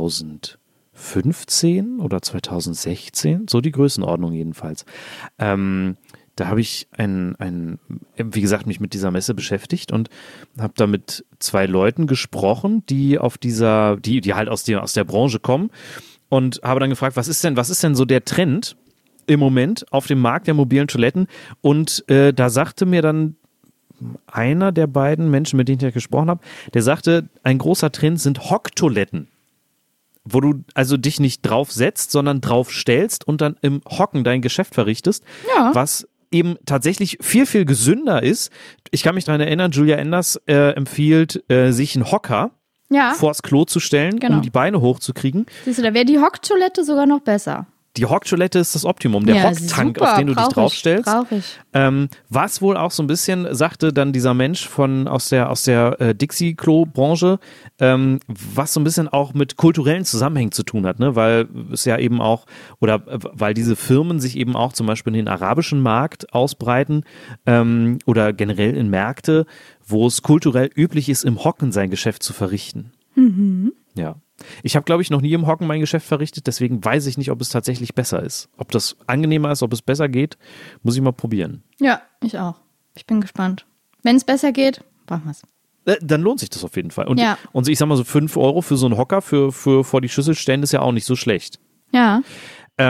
[SPEAKER 3] zweitausendfünfzehn oder zweitausendsechzehn? So die Größenordnung jedenfalls. Ähm, da habe ich ein, ein, wie gesagt, mich mit dieser Messe beschäftigt und habe da mit zwei Leuten gesprochen, die auf dieser, die, die halt aus der, aus der Branche kommen und habe dann gefragt, was ist denn, was ist denn so der Trend im Moment auf dem Markt der mobilen Toiletten? Und äh, da sagte mir dann einer der beiden Menschen, mit denen ich gesprochen habe, der sagte, ein großer Trend sind Hocktoiletten, wo du also dich nicht drauf setzt, sondern drauf stellst und dann im Hocken dein Geschäft verrichtest,
[SPEAKER 2] Ja.
[SPEAKER 3] was eben tatsächlich viel, viel gesünder ist. Ich kann mich daran erinnern, Julia Enders äh, empfiehlt, äh, sich einen Hocker
[SPEAKER 2] Ja,
[SPEAKER 3] vors Klo zu stellen,
[SPEAKER 2] Genau.
[SPEAKER 3] um die Beine hochzukriegen.
[SPEAKER 2] siehst du, da wäre die Hocktoilette sogar noch besser.
[SPEAKER 3] Die Hocktoilette ist das Optimum, der
[SPEAKER 2] ja,
[SPEAKER 3] Hocktank,
[SPEAKER 2] super,
[SPEAKER 3] auf den du dich
[SPEAKER 2] brauch ich,
[SPEAKER 3] draufstellst.
[SPEAKER 2] Brauch ich.
[SPEAKER 3] Ähm, was wohl auch so ein bisschen, sagte dann dieser Mensch von aus der aus der äh, Dixie-Klo-Branche, ähm, was so ein bisschen auch mit kulturellen Zusammenhängen zu tun hat, ne? Weil es ja eben auch, oder äh, weil diese Firmen sich eben auch zum Beispiel in den arabischen Markt ausbreiten ähm, oder generell in Märkte, wo es kulturell üblich ist, im Hocken sein Geschäft zu verrichten.
[SPEAKER 2] Mhm.
[SPEAKER 3] Ja. Ich habe, glaube ich, noch nie im Hocken mein Geschäft verrichtet, deswegen weiß ich nicht, ob es tatsächlich besser ist. Ob das angenehmer ist, ob es besser geht, muss ich mal probieren.
[SPEAKER 2] Ja, ich auch. Ich bin gespannt. Wenn es besser geht, machen wir es.
[SPEAKER 3] Äh, Dann lohnt sich das auf jeden Fall. Und,
[SPEAKER 2] Ja.
[SPEAKER 3] und ich sag mal so fünf Euro für so einen Hocker für, für vor die Schüssel stellen ist ja auch nicht so schlecht.
[SPEAKER 2] Ja.
[SPEAKER 3] Ähm,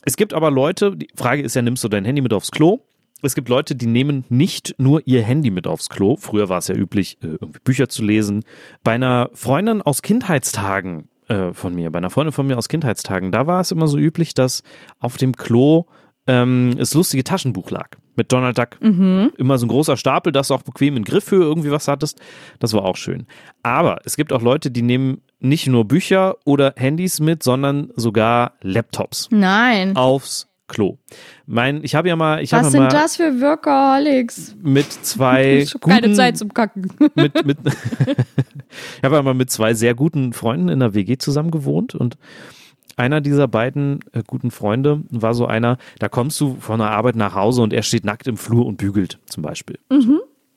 [SPEAKER 3] Es gibt aber Leute, die Frage ist ja, nimmst du dein Handy mit aufs Klo? Es gibt Leute, die nehmen nicht nur ihr Handy mit aufs Klo. Früher war es ja üblich, irgendwie Bücher zu lesen. Bei einer Freundin aus Kindheitstagen äh, von mir, bei einer Freundin von mir aus Kindheitstagen, da war es immer so üblich, dass auf dem Klo ähm, das lustige Taschenbuch lag. Mit Donald Duck. Mhm. Immer so ein großer Stapel, dass du auch bequem in Griffhöhe irgendwie was hattest. Das war auch schön. Aber es gibt auch Leute, die nehmen nicht nur Bücher oder Handys mit, sondern sogar Laptops.
[SPEAKER 2] Nein.
[SPEAKER 3] Aufs Klo. Mein, ich habe ja mal, ich
[SPEAKER 2] Was
[SPEAKER 3] habe
[SPEAKER 2] sind
[SPEAKER 3] mal
[SPEAKER 2] das für Workaholics?
[SPEAKER 3] mit zwei
[SPEAKER 2] Ich habe
[SPEAKER 3] guten,
[SPEAKER 2] keine Zeit zum Kacken.
[SPEAKER 3] mit, mit ich habe ja mal mit zwei sehr guten Freunden in der W G zusammen gewohnt und einer dieser beiden äh, guten Freunde war so einer, da kommst du von der Arbeit nach Hause und er steht nackt im Flur und bügelt zum Beispiel.
[SPEAKER 2] Mhm.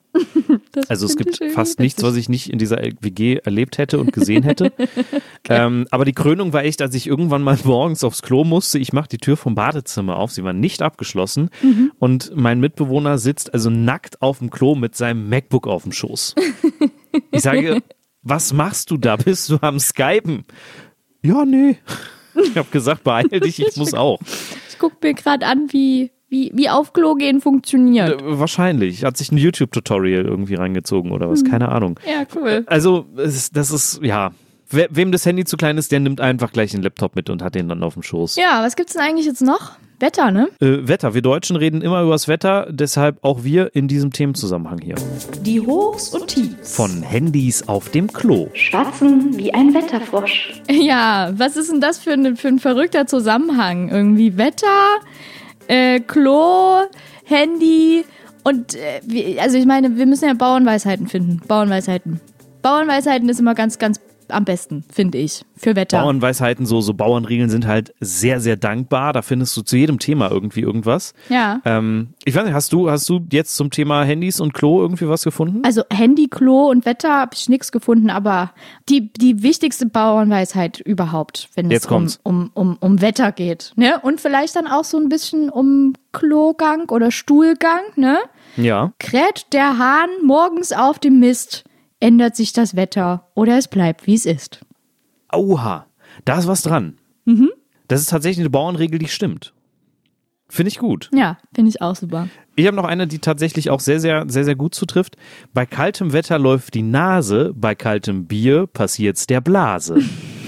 [SPEAKER 3] Also es gibt fast nichts, was ich nicht in dieser W G erlebt hätte und gesehen hätte. Okay. Ähm, aber die Krönung war echt, als ich irgendwann mal morgens aufs Klo musste. Ich mache die Tür vom Badezimmer auf, sie war nicht abgeschlossen mhm. und mein Mitbewohner sitzt also nackt auf dem Klo mit seinem MacBook auf dem Schoß. Ich sage, was machst du da? Bist du am Skypen? Ja, nee. Ich habe gesagt, beeil dich, ich muss auch.
[SPEAKER 2] Ich gucke mir gerade an, wie Wie, wie auf Klo gehen funktioniert.
[SPEAKER 3] Äh, wahrscheinlich. Hat sich ein YouTube-Tutorial irgendwie reingezogen oder was, keine Ahnung.
[SPEAKER 2] Ja, cool.
[SPEAKER 3] Also, es, das ist, ja, we, wem das Handy zu klein ist, der nimmt einfach gleich den Laptop mit und hat den dann auf dem Schoß.
[SPEAKER 2] Ja, was gibt's denn eigentlich jetzt noch? Wetter, ne?
[SPEAKER 3] Äh, Wetter. Wir Deutschen reden immer über das Wetter, deshalb auch wir in diesem Themenzusammenhang hier.
[SPEAKER 4] Die Hochs und Tiefs.
[SPEAKER 3] Von Handys auf dem Klo.
[SPEAKER 4] Schwatzen wie ein Wetterfrosch.
[SPEAKER 2] Ja, was ist denn das für ein, für ein verrückter Zusammenhang? Irgendwie Wetter, Äh, Klo, Handy und äh, wie, also ich meine, wir müssen ja Bauernweisheiten finden. Bauernweisheiten. Bauernweisheiten ist immer ganz, ganz am besten, finde ich, für Wetter.
[SPEAKER 3] Bauernweisheiten, so, so Bauernregeln sind halt sehr, sehr dankbar. Da findest du zu jedem Thema irgendwie irgendwas.
[SPEAKER 2] Ja.
[SPEAKER 3] Ähm, ich weiß nicht, hast du, hast du jetzt zum Thema Handys und Klo irgendwie was gefunden?
[SPEAKER 2] Also Handy, Klo und Wetter habe ich nichts gefunden, aber die, die wichtigste Bauernweisheit überhaupt, wenn
[SPEAKER 3] jetzt
[SPEAKER 2] es
[SPEAKER 3] kommt's.
[SPEAKER 2] um, um, um, um Wetter geht. Ne? Und vielleicht dann auch so ein bisschen um Klogang oder Stuhlgang. Ne?
[SPEAKER 3] Ja.
[SPEAKER 2] Kräht der Hahn morgens auf dem Mist, ändert sich das Wetter oder es bleibt, wie es ist.
[SPEAKER 3] Oha, da ist was dran.
[SPEAKER 2] Mhm.
[SPEAKER 3] Das ist tatsächlich eine Bauernregel, die stimmt. Finde ich gut.
[SPEAKER 2] Ja, finde ich auch super.
[SPEAKER 3] Ich habe noch eine, die tatsächlich auch sehr, sehr, sehr, sehr gut zutrifft. Bei kaltem Wetter läuft die Nase, bei kaltem Bier passiert's der Blase.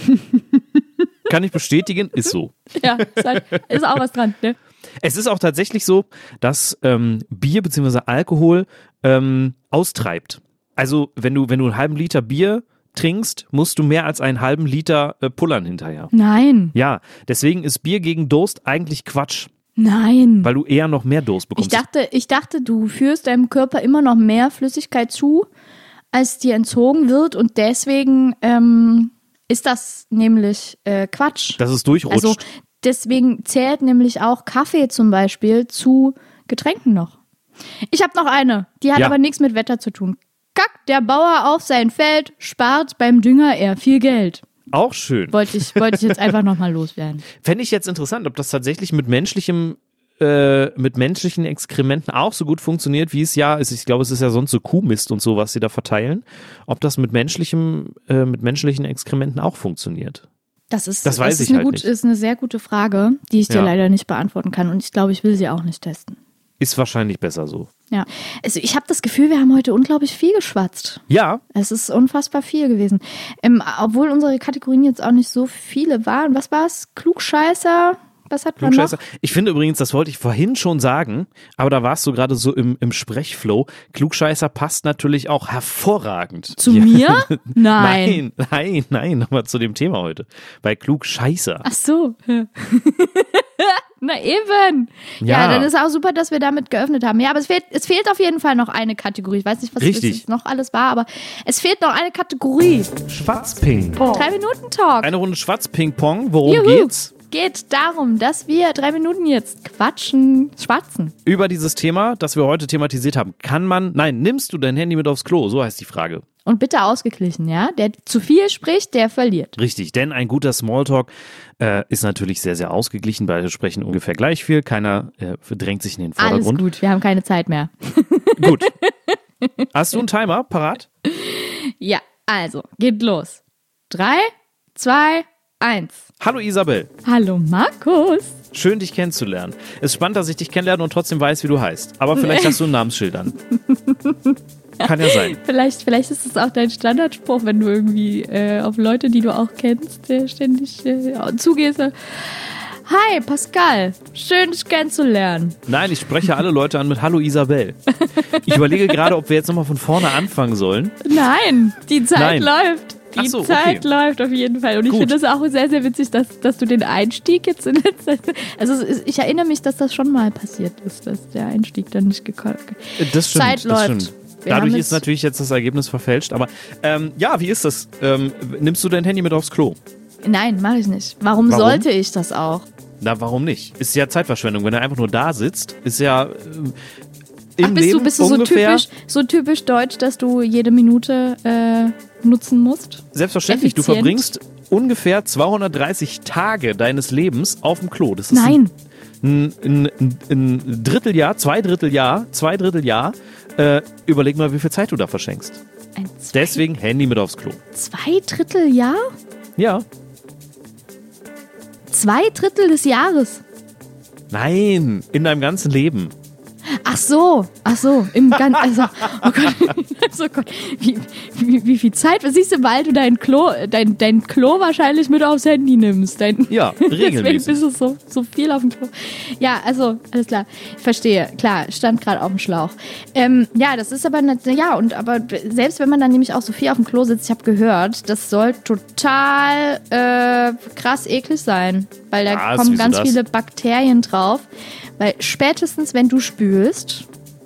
[SPEAKER 3] Kann ich bestätigen, ist so.
[SPEAKER 2] Ja, ist, halt, ist auch was dran, ne?
[SPEAKER 3] Es ist auch tatsächlich so, dass ähm, Bier bzw. Alkohol ähm, austreibt. Also wenn du, wenn du einen halben Liter Bier trinkst, musst du mehr als einen halben Liter äh, pullern hinterher.
[SPEAKER 2] Nein.
[SPEAKER 3] Ja, deswegen ist Bier gegen Durst eigentlich Quatsch.
[SPEAKER 2] Nein.
[SPEAKER 3] Weil du eher noch mehr Durst bekommst.
[SPEAKER 2] Ich dachte, ich dachte, du führst deinem Körper immer noch mehr Flüssigkeit zu, als dir entzogen wird und deswegen ähm, ist das nämlich äh, Quatsch.
[SPEAKER 3] Dass es durchrutscht.
[SPEAKER 2] Also deswegen zählt nämlich auch Kaffee zum Beispiel zu Getränken noch. Ich habe noch eine, die hat
[SPEAKER 3] Ja.
[SPEAKER 2] aber nichts mit Wetter zu tun. Kackt der Bauer auf sein Feld, spart beim Dünger eher viel Geld.
[SPEAKER 3] Auch schön.
[SPEAKER 2] Wollte ich, wollte ich jetzt einfach nochmal loswerden.
[SPEAKER 3] Fände ich jetzt interessant, ob das tatsächlich mit menschlichem, äh, mit menschlichen Exkrementen auch so gut funktioniert, wie es ja ist. Ich glaube, es ist ja sonst so Kuhmist und so, was sie da verteilen. Ob das mit menschlichem, äh, mit menschlichen Exkrementen auch funktioniert.
[SPEAKER 2] Das ist,
[SPEAKER 3] Das weiß
[SPEAKER 2] ist
[SPEAKER 3] ich
[SPEAKER 2] eine
[SPEAKER 3] halt
[SPEAKER 2] gut,
[SPEAKER 3] nicht.
[SPEAKER 2] ist eine sehr gute Frage, die ich dir
[SPEAKER 3] Ja.
[SPEAKER 2] leider nicht beantworten kann. Und ich glaube, ich will sie auch nicht testen.
[SPEAKER 3] Ist wahrscheinlich besser so.
[SPEAKER 2] Ja. Also ich habe das Gefühl, wir haben heute unglaublich viel geschwatzt.
[SPEAKER 3] Ja,
[SPEAKER 2] Es ist unfassbar viel gewesen. Ähm, obwohl unsere Kategorien jetzt auch nicht so viele waren. Was war's? Klugscheißer? Was hat man noch?
[SPEAKER 3] Klugscheißer. Ich finde übrigens, das wollte ich vorhin schon sagen, aber da warst du gerade so im, im Sprechflow. Klugscheißer passt natürlich auch hervorragend.
[SPEAKER 2] Zu
[SPEAKER 3] Ja.
[SPEAKER 2] mir? Nein.
[SPEAKER 3] Nein, nein, nein, nochmal zu dem Thema heute. Bei Klugscheißer.
[SPEAKER 2] Ach so. Na eben. Ja.
[SPEAKER 3] Ja.
[SPEAKER 2] dann ist auch super, dass wir damit geöffnet haben. Ja, aber es fehlt, es fehlt auf jeden Fall noch eine Kategorie. Ich weiß nicht, was das
[SPEAKER 3] Richtig.
[SPEAKER 2] jetzt noch alles war, aber es fehlt noch eine Kategorie.
[SPEAKER 3] Schwatzping.
[SPEAKER 2] Drei Minuten Talk.
[SPEAKER 3] Eine Runde Schwatzping-Pong. Worum
[SPEAKER 2] Juhu.
[SPEAKER 3] geht's?
[SPEAKER 2] Geht darum, dass wir drei Minuten jetzt quatschen, schwatzen.
[SPEAKER 3] Über dieses Thema, das wir heute thematisiert haben. Kann man, nein, nimmst du dein Handy mit aufs Klo? So heißt die Frage.
[SPEAKER 2] Und bitte ausgeglichen, ja? Der zu viel spricht, der verliert.
[SPEAKER 3] Richtig, denn ein guter Smalltalk äh, ist natürlich sehr, sehr ausgeglichen. Beide sprechen ungefähr gleich viel. Keiner äh, drängt sich in den
[SPEAKER 2] Alles
[SPEAKER 3] Vordergrund.
[SPEAKER 2] gut, wir haben keine Zeit mehr.
[SPEAKER 3] Gut. Hast du einen Timer parat?
[SPEAKER 2] Ja, also, geht los. Drei, zwei, eins.
[SPEAKER 3] Hallo Isabel.
[SPEAKER 2] Hallo Markus.
[SPEAKER 3] Schön, dich kennenzulernen. Es ist spannend, dass ich dich kennenlerne und trotzdem weiß, wie du heißt. Aber vielleicht hast du ein Namensschild an. Kann ja sein.
[SPEAKER 2] Vielleicht, vielleicht ist es auch dein Standardspruch, wenn du irgendwie äh, auf Leute, die du auch kennst, äh, ständig äh, zugehst. Äh, Hi, Pascal. Schön, dich kennenzulernen.
[SPEAKER 3] Nein, ich spreche alle Leute an mit Hallo Isabel. Ich überlege gerade, ob wir jetzt nochmal von vorne anfangen sollen.
[SPEAKER 2] Nein, die Zeit
[SPEAKER 3] Nein.
[SPEAKER 2] läuft. Die
[SPEAKER 3] Ach so,
[SPEAKER 2] Zeit
[SPEAKER 3] okay.
[SPEAKER 2] läuft auf jeden Fall. Und ich
[SPEAKER 3] Gut.
[SPEAKER 2] finde es auch sehr, sehr witzig, dass, dass du den Einstieg jetzt in letzter Zeit. Also es ist, ich erinnere mich, dass das schon mal passiert ist, dass der Einstieg dann nicht gekommen ist.
[SPEAKER 3] Das stimmt,
[SPEAKER 2] Zeit
[SPEAKER 3] das
[SPEAKER 2] läuft.
[SPEAKER 3] stimmt.
[SPEAKER 2] Wir
[SPEAKER 3] Dadurch
[SPEAKER 2] haben
[SPEAKER 3] ist
[SPEAKER 2] es-
[SPEAKER 3] natürlich jetzt das Ergebnis verfälscht. Aber ähm, ja, wie ist das? Ähm, nimmst du dein Handy mit aufs Klo?
[SPEAKER 2] Nein, mache ich nicht. Warum,
[SPEAKER 3] Warum?
[SPEAKER 2] sollte ich das auch?
[SPEAKER 3] Na, warum nicht? Ist ja Zeitverschwendung. Wenn er einfach nur da sitzt, ist ja äh, im
[SPEAKER 2] Ach, bist
[SPEAKER 3] Leben
[SPEAKER 2] du, bist du so
[SPEAKER 3] ungefähr...
[SPEAKER 2] typisch, so typisch deutsch, dass du jede Minute äh, nutzen musst?
[SPEAKER 3] Selbstverständlich, du
[SPEAKER 2] Effizient.
[SPEAKER 3] verbringst ungefähr zweihundertdreißig Tage deines Lebens auf dem Klo. Das ist
[SPEAKER 2] Nein.
[SPEAKER 3] Ein, ein, ein, ein Dritteljahr, zwei Dritteljahr, zwei Dritteljahr. Äh, überleg mal, wie viel Zeit du da verschenkst.
[SPEAKER 2] Ein zwei,
[SPEAKER 3] Deswegen Handy mit aufs Klo.
[SPEAKER 2] zwei Drittel Jahr?
[SPEAKER 3] Ja.
[SPEAKER 2] Zwei Drittel des Jahres.
[SPEAKER 3] Nein, in deinem ganzen Leben.
[SPEAKER 2] Ach so, ach so, im ganzen, also, oh Gott, also Gott, wie, wie, wie viel Zeit, was siehst du, weil du dein Klo, dein, dein Klo wahrscheinlich mit aufs Handy nimmst. Dein,
[SPEAKER 3] Ja,
[SPEAKER 2] Deswegen
[SPEAKER 3] regelmäßig.
[SPEAKER 2] bist du so, so viel auf dem Klo. Ja, also, alles klar, ich verstehe, klar, stand gerade auf dem Schlauch. Ähm, ja, das ist aber, nicht, ja, und aber selbst wenn man dann nämlich auch so viel auf dem Klo sitzt, ich habe gehört, das soll total äh, krass eklig sein, weil da
[SPEAKER 3] Was?
[SPEAKER 2] kommen
[SPEAKER 3] Wieso
[SPEAKER 2] ganz
[SPEAKER 3] das?
[SPEAKER 2] viele Bakterien drauf. Weil spätestens, wenn du spülst,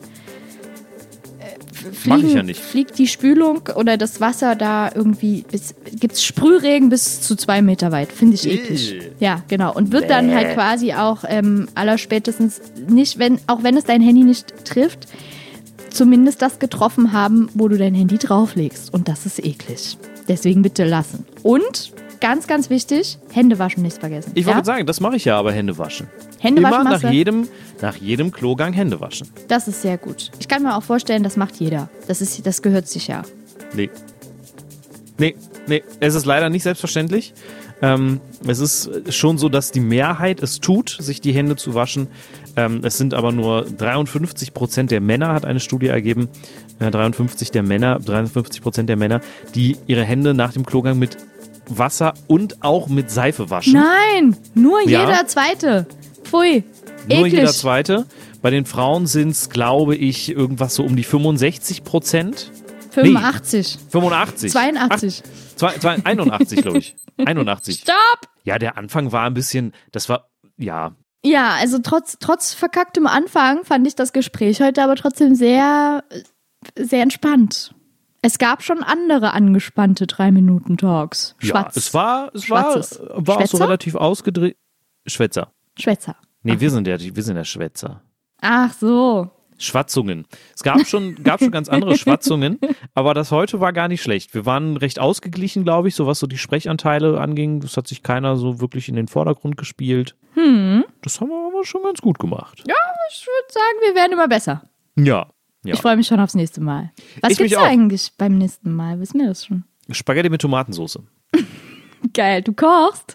[SPEAKER 2] äh,
[SPEAKER 3] Mach ich
[SPEAKER 2] fliegen,
[SPEAKER 3] ja nicht.
[SPEAKER 2] fliegt die Spülung oder das Wasser da irgendwie, gibt es Sprühregen bis zu zwei Meter weit. Finde ich eklig.
[SPEAKER 3] Äh.
[SPEAKER 2] Ja, genau. Und wird dann halt quasi auch ähm, allerspätestens nicht, wenn, auch wenn es dein Handy nicht trifft, zumindest das getroffen haben, wo du dein Handy drauflegst. Und das ist eklig. Deswegen bitte lassen. Und, ganz, ganz wichtig, Hände waschen nicht vergessen.
[SPEAKER 3] Ich wollte
[SPEAKER 2] ja?
[SPEAKER 3] sagen, das mache ich ja, aber Hände waschen.
[SPEAKER 2] Hände waschen
[SPEAKER 3] Immer
[SPEAKER 2] machst
[SPEAKER 3] nach
[SPEAKER 2] du?
[SPEAKER 3] jedem, nach jedem Klogang Hände waschen.
[SPEAKER 2] Das ist sehr gut. Ich kann mir auch vorstellen, das macht jeder. Das, ist, das gehört sich ja.
[SPEAKER 3] Nee. Nee, nee, es ist leider nicht selbstverständlich. Ähm, es ist schon so, dass die Mehrheit es tut, sich die Hände zu waschen. Ähm, es sind aber nur dreiundfünfzig Prozent der Männer, hat eine Studie ergeben, äh, dreiundfünfzig der Männer, dreiundfünfzig Prozent der Männer, die ihre Hände nach dem Klogang mit Wasser und auch mit Seife waschen.
[SPEAKER 2] Nein, nur
[SPEAKER 3] Ja.
[SPEAKER 2] jeder Zweite. Pfui,
[SPEAKER 3] Nur
[SPEAKER 2] eklig.
[SPEAKER 3] jeder Zweite. Bei den Frauen sind es, glaube ich, irgendwas so um die fünfundsechzig Prozent.
[SPEAKER 2] fünfundachtzig.
[SPEAKER 3] fünfundachtzig.
[SPEAKER 2] zweiundachtzig.
[SPEAKER 3] Ach, zwei, zwei, einundachtzig, glaube ich. einundachtzig.
[SPEAKER 2] Stopp!
[SPEAKER 3] Ja, der Anfang war ein bisschen, das war, ja,
[SPEAKER 2] Ja, also trotz, trotz verkacktem Anfang fand ich das Gespräch heute aber trotzdem sehr, sehr entspannt. Es gab schon andere angespannte Drei-Minuten-Talks.
[SPEAKER 3] ja,
[SPEAKER 2] Schwatz.
[SPEAKER 3] es war, es war,
[SPEAKER 2] Schwatzes.
[SPEAKER 3] war auch so
[SPEAKER 2] Schwätzer?
[SPEAKER 3] relativ ausgedreht. Schwätzer.
[SPEAKER 2] Schwätzer.
[SPEAKER 3] Nee, wir sind ja, wir sind ja Schwätzer.
[SPEAKER 2] Ach so.
[SPEAKER 3] Schwatzungen. Es gab schon, gab schon ganz andere Schwatzungen, aber das heute war gar nicht schlecht. Wir waren recht ausgeglichen, glaube ich, so was so die Sprechanteile anging. Das hat sich keiner so wirklich in den Vordergrund gespielt.
[SPEAKER 2] Hm.
[SPEAKER 3] Das haben wir aber schon ganz gut gemacht.
[SPEAKER 2] Ja, ich würde sagen, wir werden immer besser.
[SPEAKER 3] Ja. ja.
[SPEAKER 2] Ich freue mich schon aufs nächste Mal. Was
[SPEAKER 3] Ich mich
[SPEAKER 2] gibt's
[SPEAKER 3] auch.
[SPEAKER 2] eigentlich beim nächsten Mal? Wissen wir das schon?
[SPEAKER 3] Spaghetti mit Tomatensauce.
[SPEAKER 2] Geil, du kochst?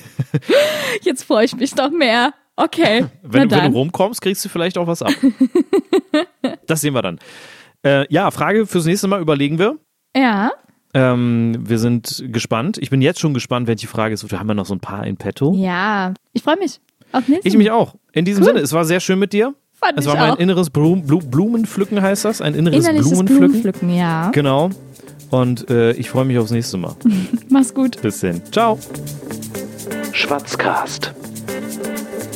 [SPEAKER 2] Jetzt freue ich mich noch mehr. Okay,
[SPEAKER 3] Wenn,
[SPEAKER 2] na
[SPEAKER 3] du, wenn
[SPEAKER 2] dann.
[SPEAKER 3] du rumkommst, kriegst du vielleicht auch was ab. Das sehen wir dann. Äh, ja, Frage fürs nächste Mal überlegen wir.
[SPEAKER 2] Ja,
[SPEAKER 3] Ähm, wir sind gespannt. Ich bin jetzt schon gespannt, welche Frage es wird. Wir haben ja noch so ein paar in petto.
[SPEAKER 2] ja. Ich freue mich auf nächsten
[SPEAKER 3] Ich mich auch. In diesem Sinne, es war sehr schön mit dir.
[SPEAKER 2] Fand
[SPEAKER 3] Es
[SPEAKER 2] ich
[SPEAKER 3] war mein
[SPEAKER 2] auch.
[SPEAKER 3] inneres Blum, Blu- Blumenpflücken, heißt das. Ein inneres
[SPEAKER 2] Innerliches
[SPEAKER 3] Blumenpflücken.
[SPEAKER 2] Blumenpflücken, ja.
[SPEAKER 3] Genau. Und äh, ich freue mich aufs nächste Mal.
[SPEAKER 2] Mach's gut.
[SPEAKER 3] Bis dann. Ciao.
[SPEAKER 1] Schwatzcast.